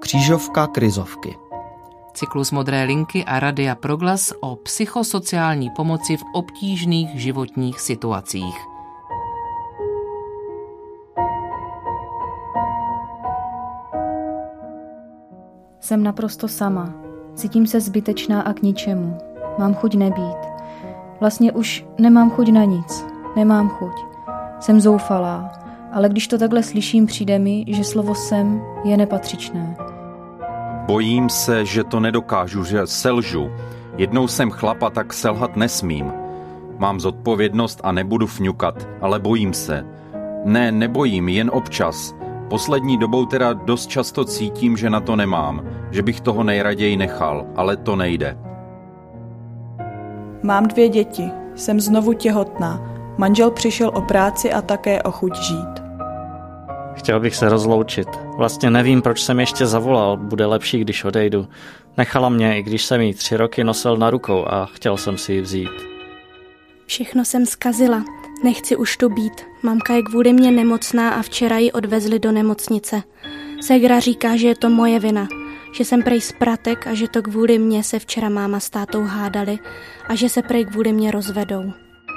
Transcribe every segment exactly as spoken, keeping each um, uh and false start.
Křížovka krizovky. Cyklus Modré linky a Radia Proglas o psychosociální pomoci v obtížných životních situacích. Jsem naprosto sama. Cítím se zbytečná a k ničemu. Mám chuť nebýt. Vlastně už nemám chuť na nic. Nemám chuť. Jsem zoufalá, ale když to takhle slyším, přijde mi, že slovo jsem je nepatřičné. Bojím se, že to nedokážu, že selžu. Jednou jsem chlapa, tak selhat nesmím. Mám zodpovědnost a nebudu fňukat, ale bojím se. Ne, nebojím, jen občas. Poslední dobou teda dost často cítím, že na to nemám, že bych toho nejraději nechal, ale to nejde. Mám dvě děti, jsem znovu těhotná. Manžel přišel o práci a také o chuť žít. Chtěl bych se rozloučit. Vlastně nevím, proč jsem ještě zavolal. Bude lepší, když odejdu. Nechala mě, i když jsem jí tři roky nosil na rukou a chtěl jsem si ji vzít. Všechno jsem zkazila. Nechci už tu být. Mamka je kvůli mě nemocná a včera ji odvezli do nemocnice. Ségra říká, že je to moje vina. Že jsem prej spratek a že to kvůli mě se včera máma s tátou hádali a že se prej kvůli mě rozvedou.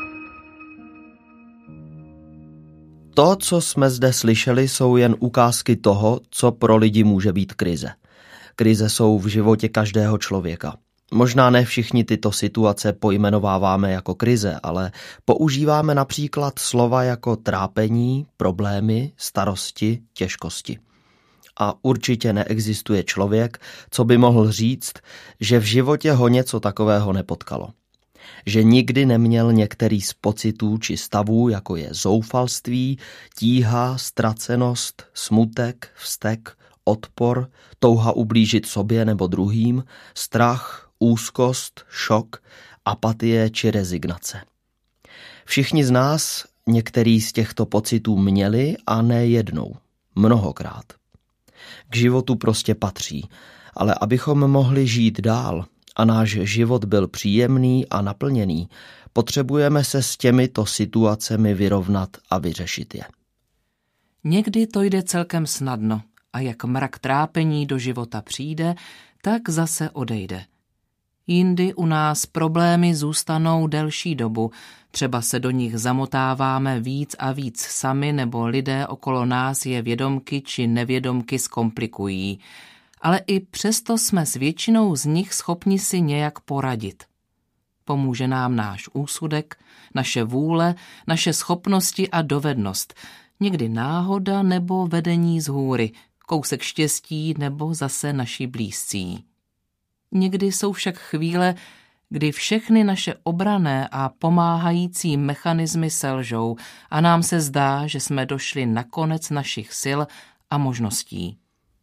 To, co jsme zde slyšeli, jsou jen ukázky toho, co pro lidi může být krize. Krize jsou v životě každého člověka. Možná ne všichni tyto situace pojmenováváme jako krize, ale používáme například slova jako trápení, problémy, starosti, těžkosti. A určitě neexistuje člověk, co by mohl říct, že v životě ho něco takového nepotkalo. Že nikdy neměl některý z pocitů či stavů, jako je zoufalství, tíha, ztracenost, smutek, vztek, odpor, touha ublížit sobě nebo druhým, strach, úzkost, šok, apatie či rezignace. Všichni z nás některý z těchto pocitů měli a ne jednou, mnohokrát. K životu prostě patří, ale abychom mohli žít dál a náš život byl příjemný a naplněný, potřebujeme se s těmito situacemi vyrovnat a vyřešit je. Někdy to jde celkem snadno a jak mrak trápení do života přijde, tak zase odejde. Jindy u nás problémy zůstanou delší dobu, třeba se do nich zamotáváme víc a víc sami nebo lidé okolo nás je vědomky či nevědomky zkomplikují. Ale i přesto jsme s většinou z nich schopni si nějak poradit. Pomůže nám náš úsudek, naše vůle, naše schopnosti a dovednost, někdy náhoda nebo vedení z hůry, kousek štěstí nebo zase naši blízcí. Někdy jsou však chvíle, kdy všechny naše obranné a pomáhající mechanismy selžou a nám se zdá, že jsme došli na konec našich sil a možností.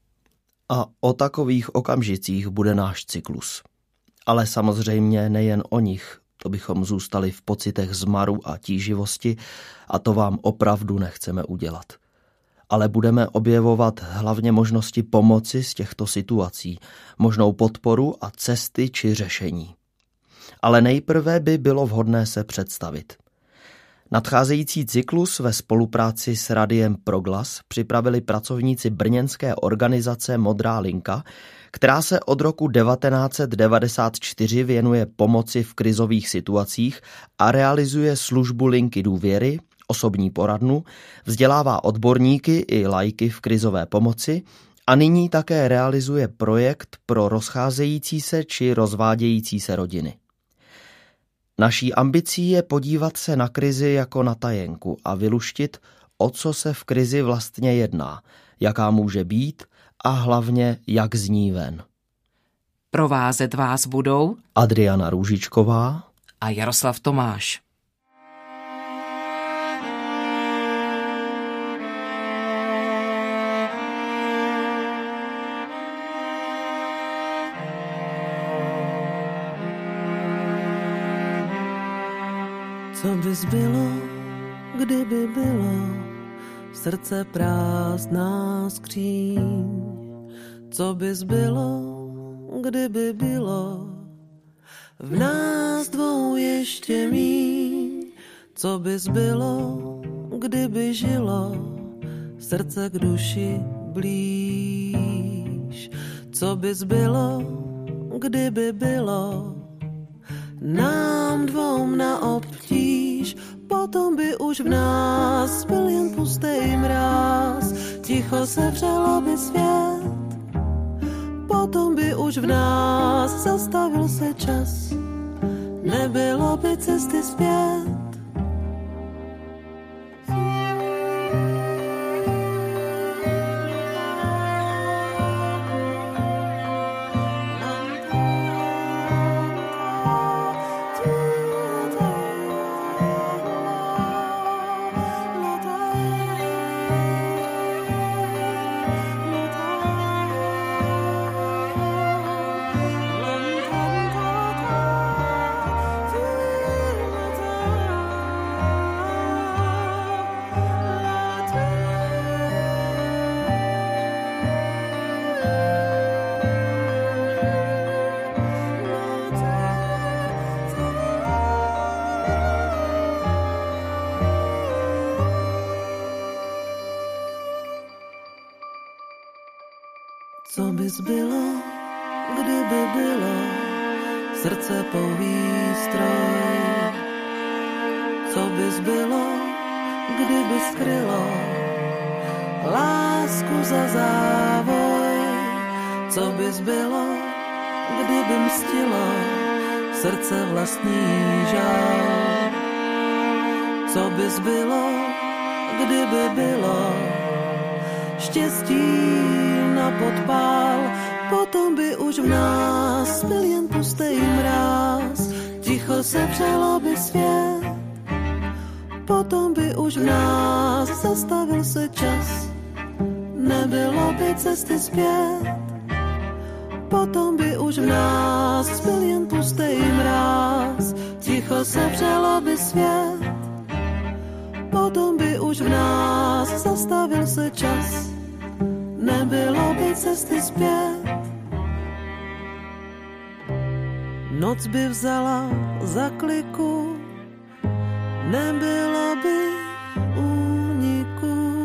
A o takových okamžicích bude náš cyklus. Ale samozřejmě nejen o nich, to bychom zůstali v pocitech zmaru a tíživosti a to vám opravdu nechceme udělat. Ale budeme objevovat hlavně možnosti pomoci z těchto situací, možnou podporu a cesty či řešení. Ale nejprve by bylo vhodné se představit. Nadcházející cyklus ve spolupráci s Radiem Proglas připravili pracovníci brněnské organizace Modrá linka, která se od roku devatenáct set devadesát čtyři věnuje pomoci v krizových situacích a realizuje službu linky důvěry, osobní poradnu, vzdělává odborníky i laiky v krizové pomoci a nyní také realizuje projekt pro rozcházející se či rozvádějící se rodiny. Naší ambicí je podívat se na krizi jako na tajenku a vyluštit, o co se v krizi vlastně jedná, jaká může být a hlavně jak z ní ven. Provázet vás budou Adriana Růžičková a Jaroslav Tomáš. Co bys bylo, kdyby bylo srdce prázdná skříň? Co bys bylo, kdyby bylo v nás dvou ještě míň? Co bys bylo, kdyby žilo srdce k duši blíž? víš, co by zbylo, kdyby bylo nám dvou na obtíž, potom by už v nás byl jen pustej mráz, ticho se vřelo by svět, potom by už v nás zastavil se čas, nebylo by cesty zpět. Co by zbylo, kdyby bylo srdce pouhý stroj? Co by zbylo, kdyby skrylo lásku za závoj? Co by zbylo, kdyby mstilo srdce vlastní žál? Co by zbylo, kdyby bylo štěstí na podpál, potom by už v nás byl jen pustej mráz, ticho se vřelo by svět, potom by už v nás zastavil se čas, nebylo by cesty zpět, potom by už v nás byl jen pustej mráz, ticho se vřelo by svět, potom by už v nás zastavil se čas, nebylo by cesty zpět. Noc by vzala za kliku, nebylo by úniku.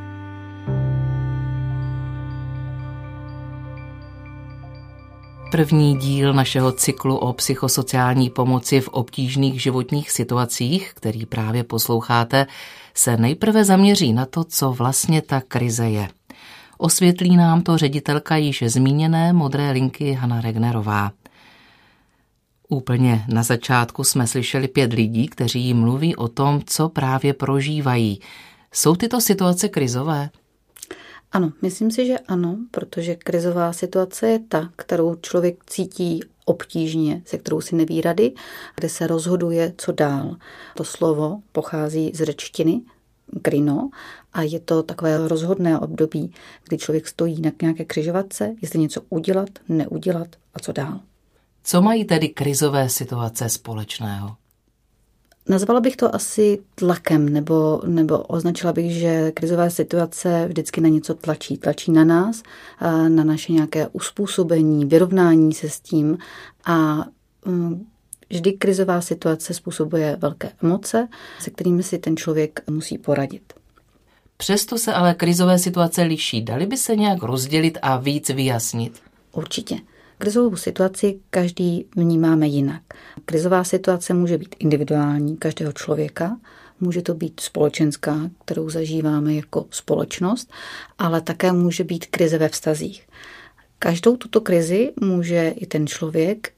První díl našeho cyklu o psychosociální pomoci v obtížných životních situacích, který právě posloucháte, se nejprve zaměří na to, co vlastně ta krize je. Osvětlí nám to ředitelka již zmíněné Modré linky Hana Regnerová. Úplně na začátku jsme slyšeli pět lidí, kteří mluví o tom, co právě prožívají. Jsou tyto situace krizové? Ano, myslím si, že ano, protože krizová situace je ta, kterou člověk cítí obtížně, se kterou si neví rady, kde se rozhoduje, co dál. To slovo pochází z řečtiny krino a je to takové rozhodné období, kdy člověk stojí na nějaké křižovatce, jestli něco udělat, neudělat a co dál. Co mají tedy krizové situace společného? Nazvala bych to asi tlakem, nebo, nebo označila bych, že krizové situace vždycky na něco tlačí. Tlačí na nás, na naše nějaké uspůsobení, vyrovnání se s tím a vždy krizová situace způsobuje velké emoce, se kterými si ten člověk musí poradit. Přesto se ale krizové situace liší. Dali by se nějak rozdělit a víc vyjasnit? Určitě. Krizovou situaci každý vnímáme jinak. Krizová situace může být individuální každého člověka, může to být společenská, kterou zažíváme jako společnost, ale také může být krize ve vztazích. Každou tuto krizi může i ten člověk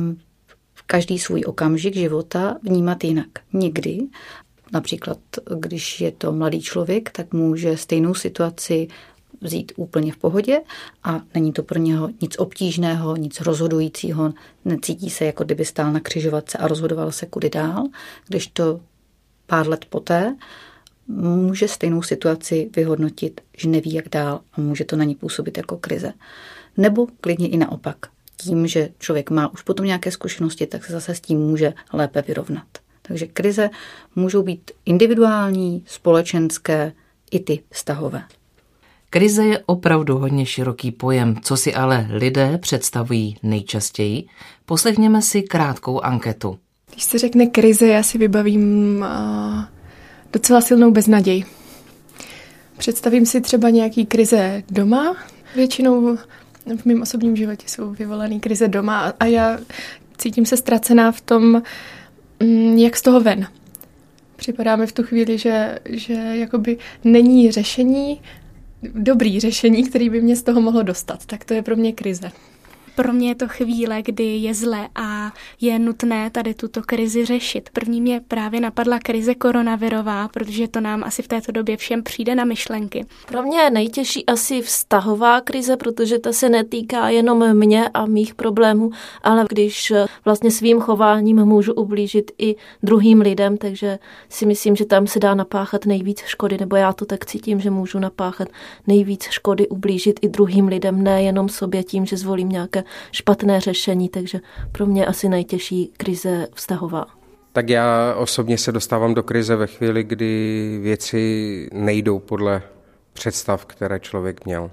v každý svůj okamžik života vnímat jinak. Někdy, například když je to mladý člověk, tak může stejnou situaci vzít úplně v pohodě a není to pro něho nic obtížného, nic rozhodujícího, necítí se, jako kdyby stál na křižovatce a rozhodoval se kudy dál, kdežto pár let poté může stejnou situaci vyhodnotit, že neví, jak dál a může to na ní působit jako krize. Nebo klidně i naopak. Tím, že člověk má už potom nějaké zkušenosti, tak se zase s tím může lépe vyrovnat. Takže krize můžou být individuální, společenské i ty vztahové. Krize je opravdu hodně široký pojem, co si ale lidé představují nejčastěji. Poslechněme si krátkou anketu. Když se řekne krize, já si vybavím uh, docela silnou beznaděj. Představím si třeba nějaký krize doma. Většinou v mém osobním životě jsou vyvolané krize doma a já cítím se ztracená v tom, jak z toho ven. Připadá mi v tu chvíli, že, že jakoby není řešení, dobrý řešení, který by mě z toho mohlo dostat. Tak to je pro mě krize. Pro mě je to chvíle, kdy je zle a je nutné tady tuto krizi řešit. První mě právě napadla krize koronavirová, protože to nám asi v této době všem přijde na myšlenky. Pro mě je nejtěžší asi vztahová krize, protože ta se netýká jenom mě a mých problémů, ale když vlastně svým chováním můžu ublížit i druhým lidem, takže si myslím, že tam se dá napáchat nejvíc škody, nebo já to tak cítím, že můžu napáchat nejvíc škody, ublížit i druhým lidem, nejenom sobě tím, že zvolím nějaké špatné řešení, takže pro mě asi nejtěžší krize vztahová. Tak já osobně se dostávám do krize ve chvíli, kdy věci nejdou podle představ, které člověk měl.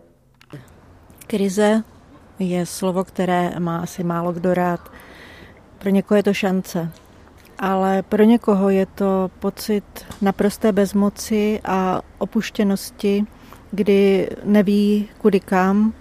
Krize je slovo, které má asi málo kdo rád. Pro někoho je to šance, ale pro někoho je to pocit naprosté bezmoci a opuštěnosti, kdy neví kudy kam,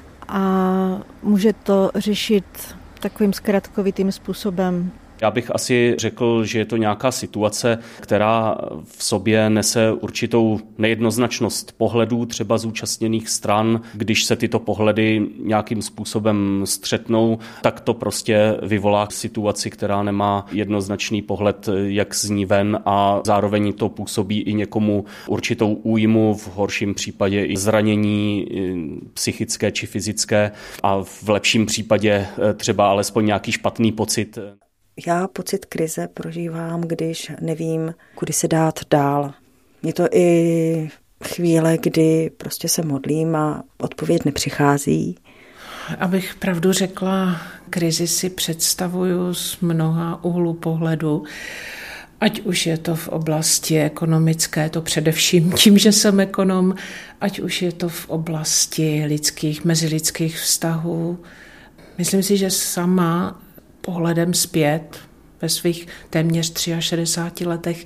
a může to řešit takovým zkratkovitým způsobem. Já bych asi řekl, že je to nějaká situace, která v sobě nese určitou nejednoznačnost pohledů třeba zúčastněných stran. Když se tyto pohledy nějakým způsobem střetnou, tak to prostě vyvolá situaci, která nemá jednoznačný pohled, jak zní ven, a zároveň to působí i někomu určitou újmu, v horším případě i zranění psychické či fyzické a v lepším případě třeba alespoň nějaký špatný pocit. Já pocit krize prožívám, když nevím, kudy se dát dál. Je to i chvíle, kdy prostě se modlím a odpověď nepřichází. Abych pravdu řekla, krizi si představuju z mnoha úhlů pohledu. Ať už je to v oblasti ekonomické, to především tím, že jsem ekonom, ať už je to v oblasti lidských, mezilidských vztahů. Myslím si, že sama pohledem zpět ve svých téměř šedesáti třech letech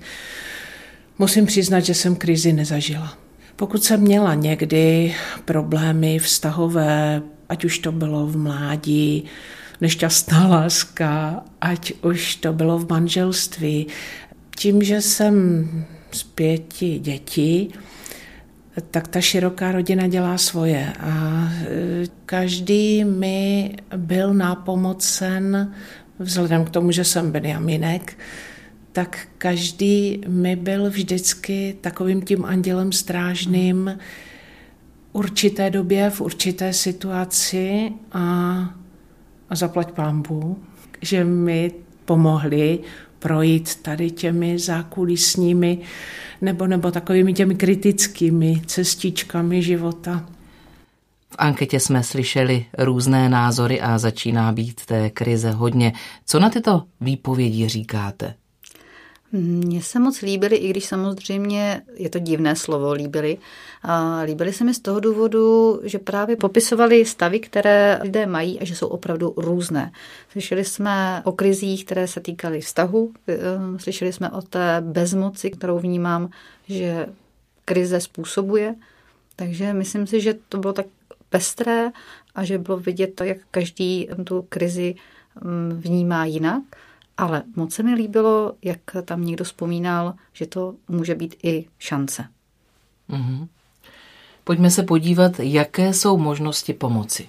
musím přiznat, že jsem krizi nezažila. Pokud jsem měla někdy problémy vztahové, ať už to bylo v mládí, nešťastná láska, ať už to bylo v manželství, tím, že jsem z pěti dětí, tak ta široká rodina dělá svoje a každý mi byl nápomocen, vzhledem k tomu, že jsem Benjamínek, tak každý mi byl vždycky takovým tím andělem strážným určité době, v určité situaci a, a zaplať pánbůh, že mi pomohli projít tady těmi zákulisními nebo, nebo takovými těmi kritickými cestičkami života. V anketě jsme slyšeli různé názory a začíná být té krize hodně. Co na tyto výpovědi říkáte? Mně se moc líbily, i když samozřejmě je to divné slovo, líbily. A líbily se mi z toho důvodu, že právě popisovali stavy, které lidé mají a že jsou opravdu různé. Slyšeli jsme o krizích, které se týkaly vztahu, slyšeli jsme o té bezmoci, kterou vnímám, že krize způsobuje. Takže myslím si, že to bylo tak pestré a že bylo vidět to, jak každý tu krizi vnímá jinak. Ale moc se mi líbilo, jak tam někdo vzpomínal, že to může být i šance. Mm-hmm. Pojďme se podívat, jaké jsou možnosti pomoci.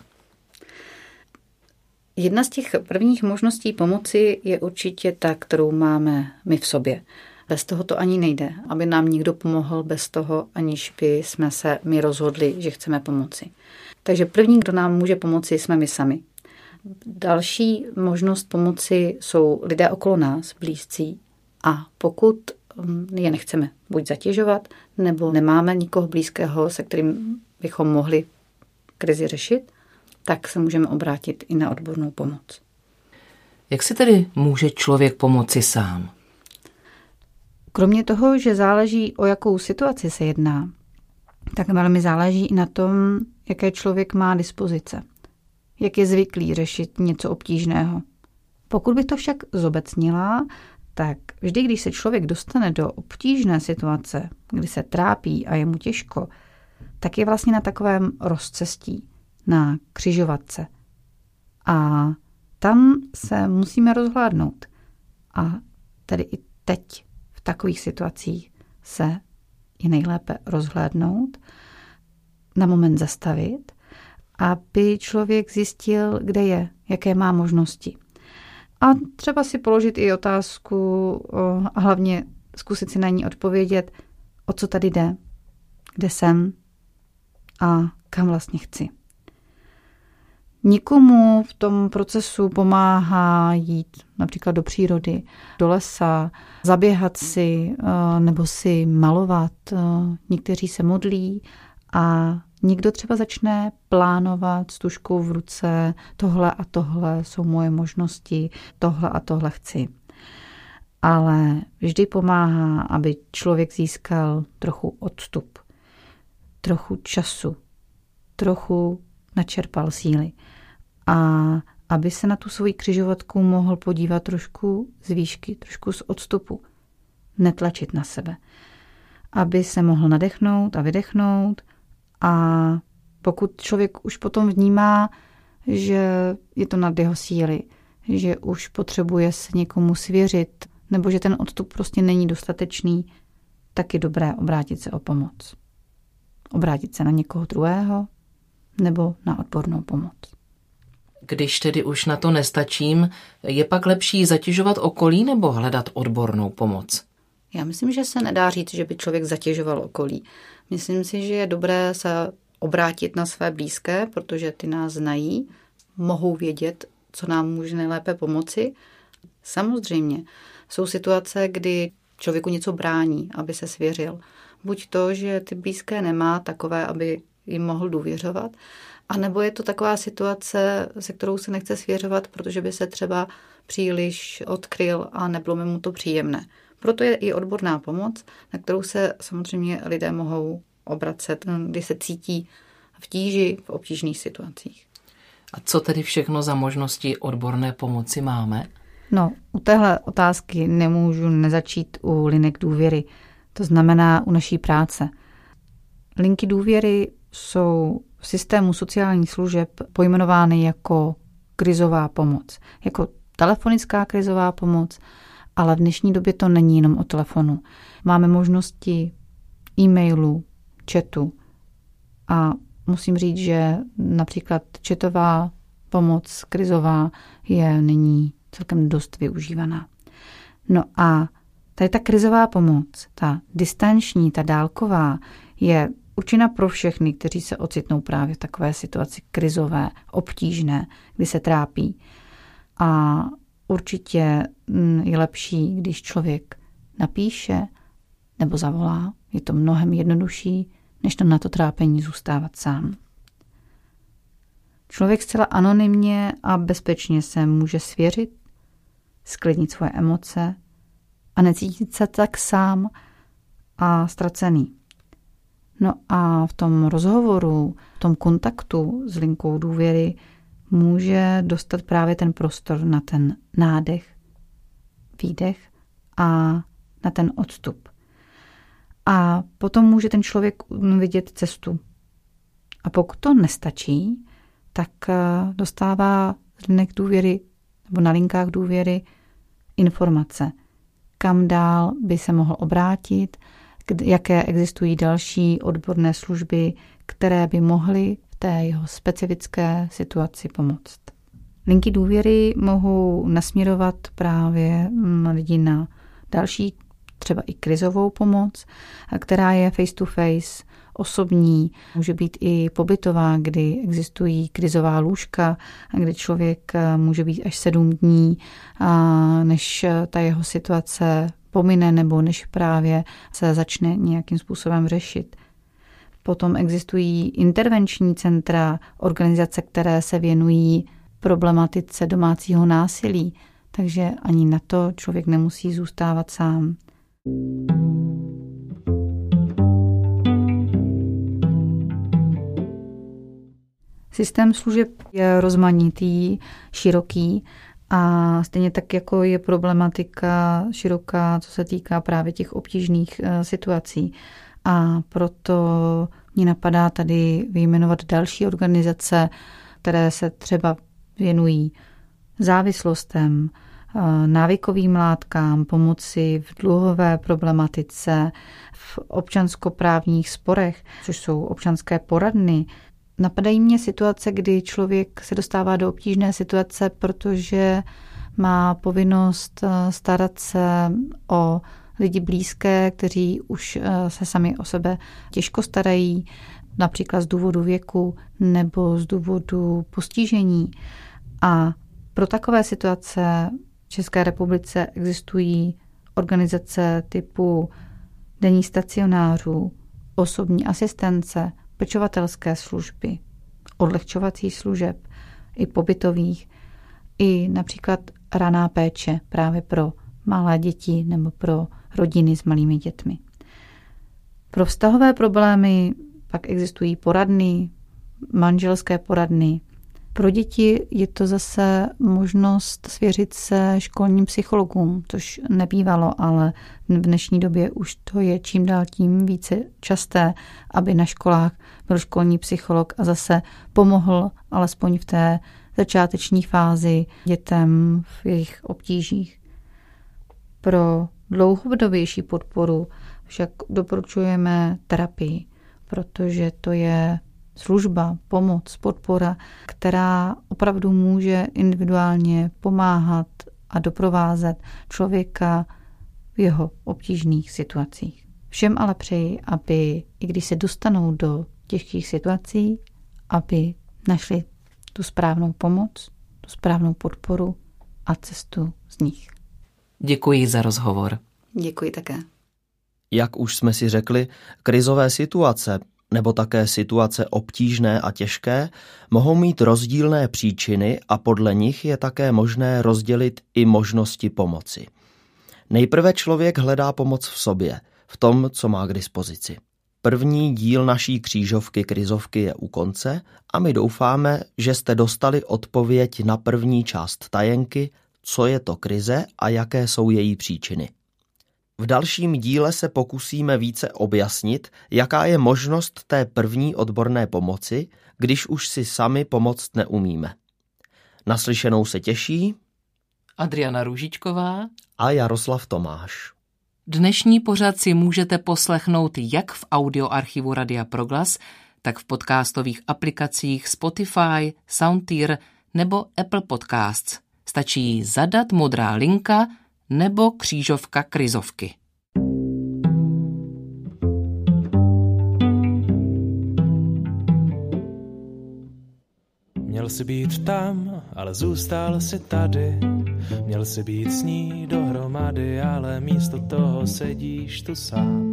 Jedna z těch prvních možností pomoci je určitě ta, kterou máme my v sobě. Bez toho to ani nejde, aby nám někdo pomohl bez toho, aniž by jsme se my rozhodli, že chceme pomoci. Takže první, kdo nám může pomoci, jsme my sami. Další možnost pomoci jsou lidé okolo nás, blízcí. A pokud je nechceme buď zatěžovat, nebo nemáme nikoho blízkého, se kterým bychom mohli krizi řešit, tak se můžeme obrátit i na odbornou pomoc. Jak si tedy může člověk pomoci sám? Kromě toho, že záleží, o jakou situaci se jedná, tak velmi záleží i na tom, jaké člověk má dispozice. Jak je zvyklý řešit něco obtížného. Pokud bych to však zobecnila, tak vždy, když se člověk dostane do obtížné situace, kdy se trápí a je mu těžko, tak je vlastně na takovém rozcestí. na křižovatce. A tam se musíme rozhlédnout. A tedy i teď v takových situacích se je nejlépe rozhlédnout, na moment zastavit, aby člověk zjistil, kde je, jaké má možnosti. A třeba si položit i otázku a hlavně zkusit si na ní odpovědět, o co tady jde, kde jsem a kam vlastně chci. Nikomu v tom procesu pomáhá jít například do přírody, do lesa, zaběhat si nebo si malovat. Někteří se modlí a někdo třeba začne plánovat s tužkou v ruce, tohle a tohle jsou moje možnosti, tohle a tohle chci. Ale vždy pomáhá, aby člověk získal trochu odstup, trochu času, trochu načerpal síly a aby se na tu svoji křižovatku mohl podívat trošku z výšky, trošku z odstupu, netlačit na sebe, aby se mohl nadechnout a vydechnout. A pokud člověk už potom vnímá, že je to nad jeho síly, že už potřebuje se někomu svěřit, nebo že ten odstup prostě není dostatečný, tak je dobré obrátit se o pomoc. Obrátit se na někoho druhého nebo na odbornou pomoc. Když tedy už na to nestačím, je pak lepší zatěžovat okolí nebo hledat odbornou pomoc? Já myslím, že se nedá říct, že by člověk zatěžoval okolí. Myslím si, že je dobré se obrátit na své blízké, protože ty nás znají, mohou vědět, co nám může nejlépe pomoci. Samozřejmě jsou situace, kdy člověku něco brání, aby se svěřil. Buď to, že ty blízké nemá takové, aby jim mohl důvěřovat, anebo je to taková situace, se kterou se nechce svěřovat, protože by se třeba příliš odkryl a nebylo by mu to příjemné. Proto je i odborná pomoc, na kterou se samozřejmě lidé mohou obracet, když se cítí v tíži, v obtížných situacích. A co tedy všechno za možnosti odborné pomoci máme? No, u téhle otázky nemůžu nezačít u linek důvěry. To znamená u naší práce. Linky důvěry jsou v systému sociálních služeb pojmenovány jako krizová pomoc, jako telefonická krizová pomoc, ale v dnešní době to není jenom o telefonu. Máme možnosti e-mailu, chatu a musím říct, že například chatová pomoc krizová je nyní celkem dost využívaná. No a tady ta krizová pomoc, ta distanční, ta dálková, je určena pro všechny, kteří se ocitnou právě v takové situaci krizové, obtížné, kdy se trápí. A určitě je lepší, když člověk napíše nebo zavolá. Je to mnohem jednodušší, než to na to trápení zůstávat sám. Člověk zcela anonymně a bezpečně se může svěřit, sklidnit svoje emoce a necítit se tak sám a ztracený. No a v tom rozhovoru, v tom kontaktu s linkou důvěry může dostat právě ten prostor na ten nádech, výdech a na ten odstup. A potom může ten člověk vidět cestu. A pokud to nestačí, tak dostává z linek důvěry nebo na linkách důvěry informace, kam dál by se mohl obrátit, jaké existují další odborné služby, které by mohly v té jeho specifické situaci pomoct. Linky důvěry mohou nasměrovat právě lidi na další, třeba i krizovou pomoc, která je face to face, osobní, může být i pobytová, kdy existují krizová lůžka, kde člověk může být až sedm dní, než ta jeho situace pomine nebo než právě se začne nějakým způsobem řešit. Potom existují intervenční centra, organizace, které se věnují problematice domácího násilí, takže ani na to člověk nemusí zůstávat sám. Systém služeb je rozmanitý, široký a stejně tak, jako je problematika široká, co se týká právě těch obtížných situací. A proto Mně napadá tady vyjmenovat další organizace, které se třeba věnují závislostem, návykovým látkám, pomoci v dluhové problematice, v občanskoprávních sporech, což jsou občanské poradny. Napadají mě situace, kdy člověk se dostává do obtížné situace, protože má povinnost starat se o lidi blízké, kteří už se sami o sebe těžko starají, například z důvodu věku nebo z důvodu postižení. A pro takové situace v České republice existují organizace typu denní stacionářů, osobní asistence, pečovatelské služby, odlehčovací služeb, i pobytových, i například raná péče právě pro malé děti nebo pro rodiny s malými dětmi. Pro vztahové problémy pak existují poradny, manželské poradny. Pro děti je to zase možnost svěřit se školním psychologům, což nebývalo, ale v dnešní době už to je čím dál tím více časté, aby na školách byl školní psycholog a zase pomohl alespoň v té začáteční fázi dětem v jejich obtížích. Pro dlouhodobější podporu však doporučujeme terapii, protože to je služba, pomoc, podpora, která opravdu může individuálně pomáhat a doprovázet člověka v jeho obtížných situacích. Všem ale přeji, aby, i když se dostanou do těžkých situací, aby našli tu správnou pomoc, tu správnou podporu a cestu z nich. Děkuji za rozhovor. Děkuji také. Jak už jsme si řekli, krizové situace nebo také situace obtížné a těžké mohou mít rozdílné příčiny a podle nich je také možné rozdělit i možnosti pomoci. Nejprve člověk hledá pomoc v sobě, v tom, co má k dispozici. První díl naší křížovky Krizovky je u konce a my doufáme, že jste dostali odpověď na první část tajenky, co je to krize a jaké jsou její příčiny. V dalším díle se pokusíme více objasnit, jaká je možnost té první odborné pomoci, když už si sami pomoct neumíme. Naslyšenou se těší Adriana Růžičková a Jaroslav Tomáš. Dnešní pořad si můžete poslechnout jak v audioarchivu Radia Proglas, tak v podcastových aplikacích Spotify, Soundtear nebo Apple Podcasts. Stačí zadat Modrá linka nebo křížovka Krizovky. Měl jsi být tam, ale zůstal si tady. Měl jsi být s ní dohromady, ale místo toho sedíš tu sám.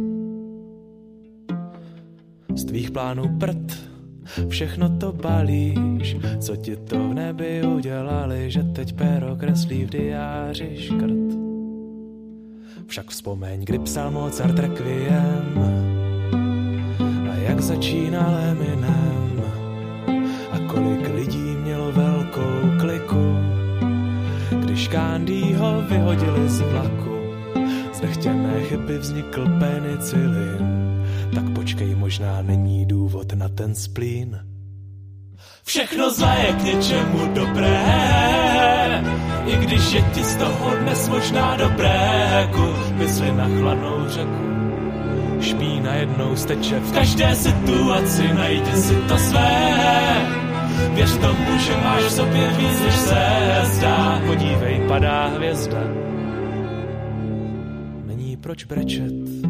Z tvých plánů prd, všechno to balíš. Co ti to v nebi udělali, že teď péro kreslí v diáři škrt. Však vzpomeň, kdy psal Mozart Requiem a jak začínal Eminem a kolik lidí mělo velkou kliku, když Gandhiho vyhodili z vlaku. Z nechtěné chyby vznikl penicilin, tak počkej, možná není důvod na ten splín. Všechno zlé je k něčemu dobré, i když je ti z toho dnes možná dobré. Mysli na chladnou řeku, špína jednou steče. V každé situaci najdi si to své. Věř tomu, že máš v sobě víc, než se zdá. Podívej, padá hvězda, není proč brečet.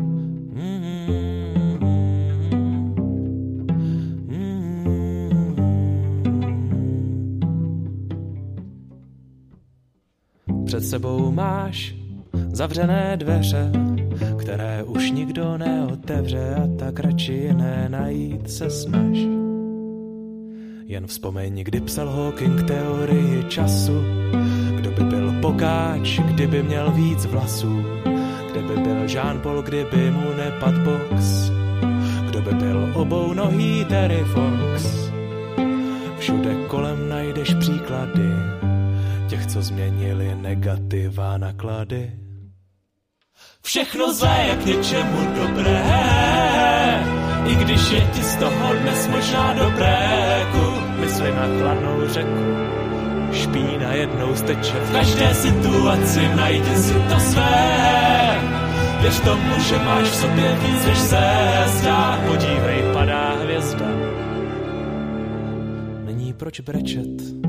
Před sebou máš zavřené dveře, které už nikdo neotevře, a tak radši jiné najít se snaž. Jen vzpomeň, kdy psal Hawking teorii času. Kdo by byl Pokáč, kdyby měl víc vlasů? Kde by byl Jean-Paul, kdyby mu nepad box? Kdo by byl obounohý Terry Fox? Všude kolem najdeš příklady těch, co změnili negativa na klady. Všechno zlé je k něčemu dobré, i když když je ti z toho dnes možná dobréku. Mysli na chladnou řeku, špína jednou steče. V každé situaci najdi si to své. Věř tomu, že máš v sobě víc, než se zdá. Podívej, padá hvězda. Není proč brečet,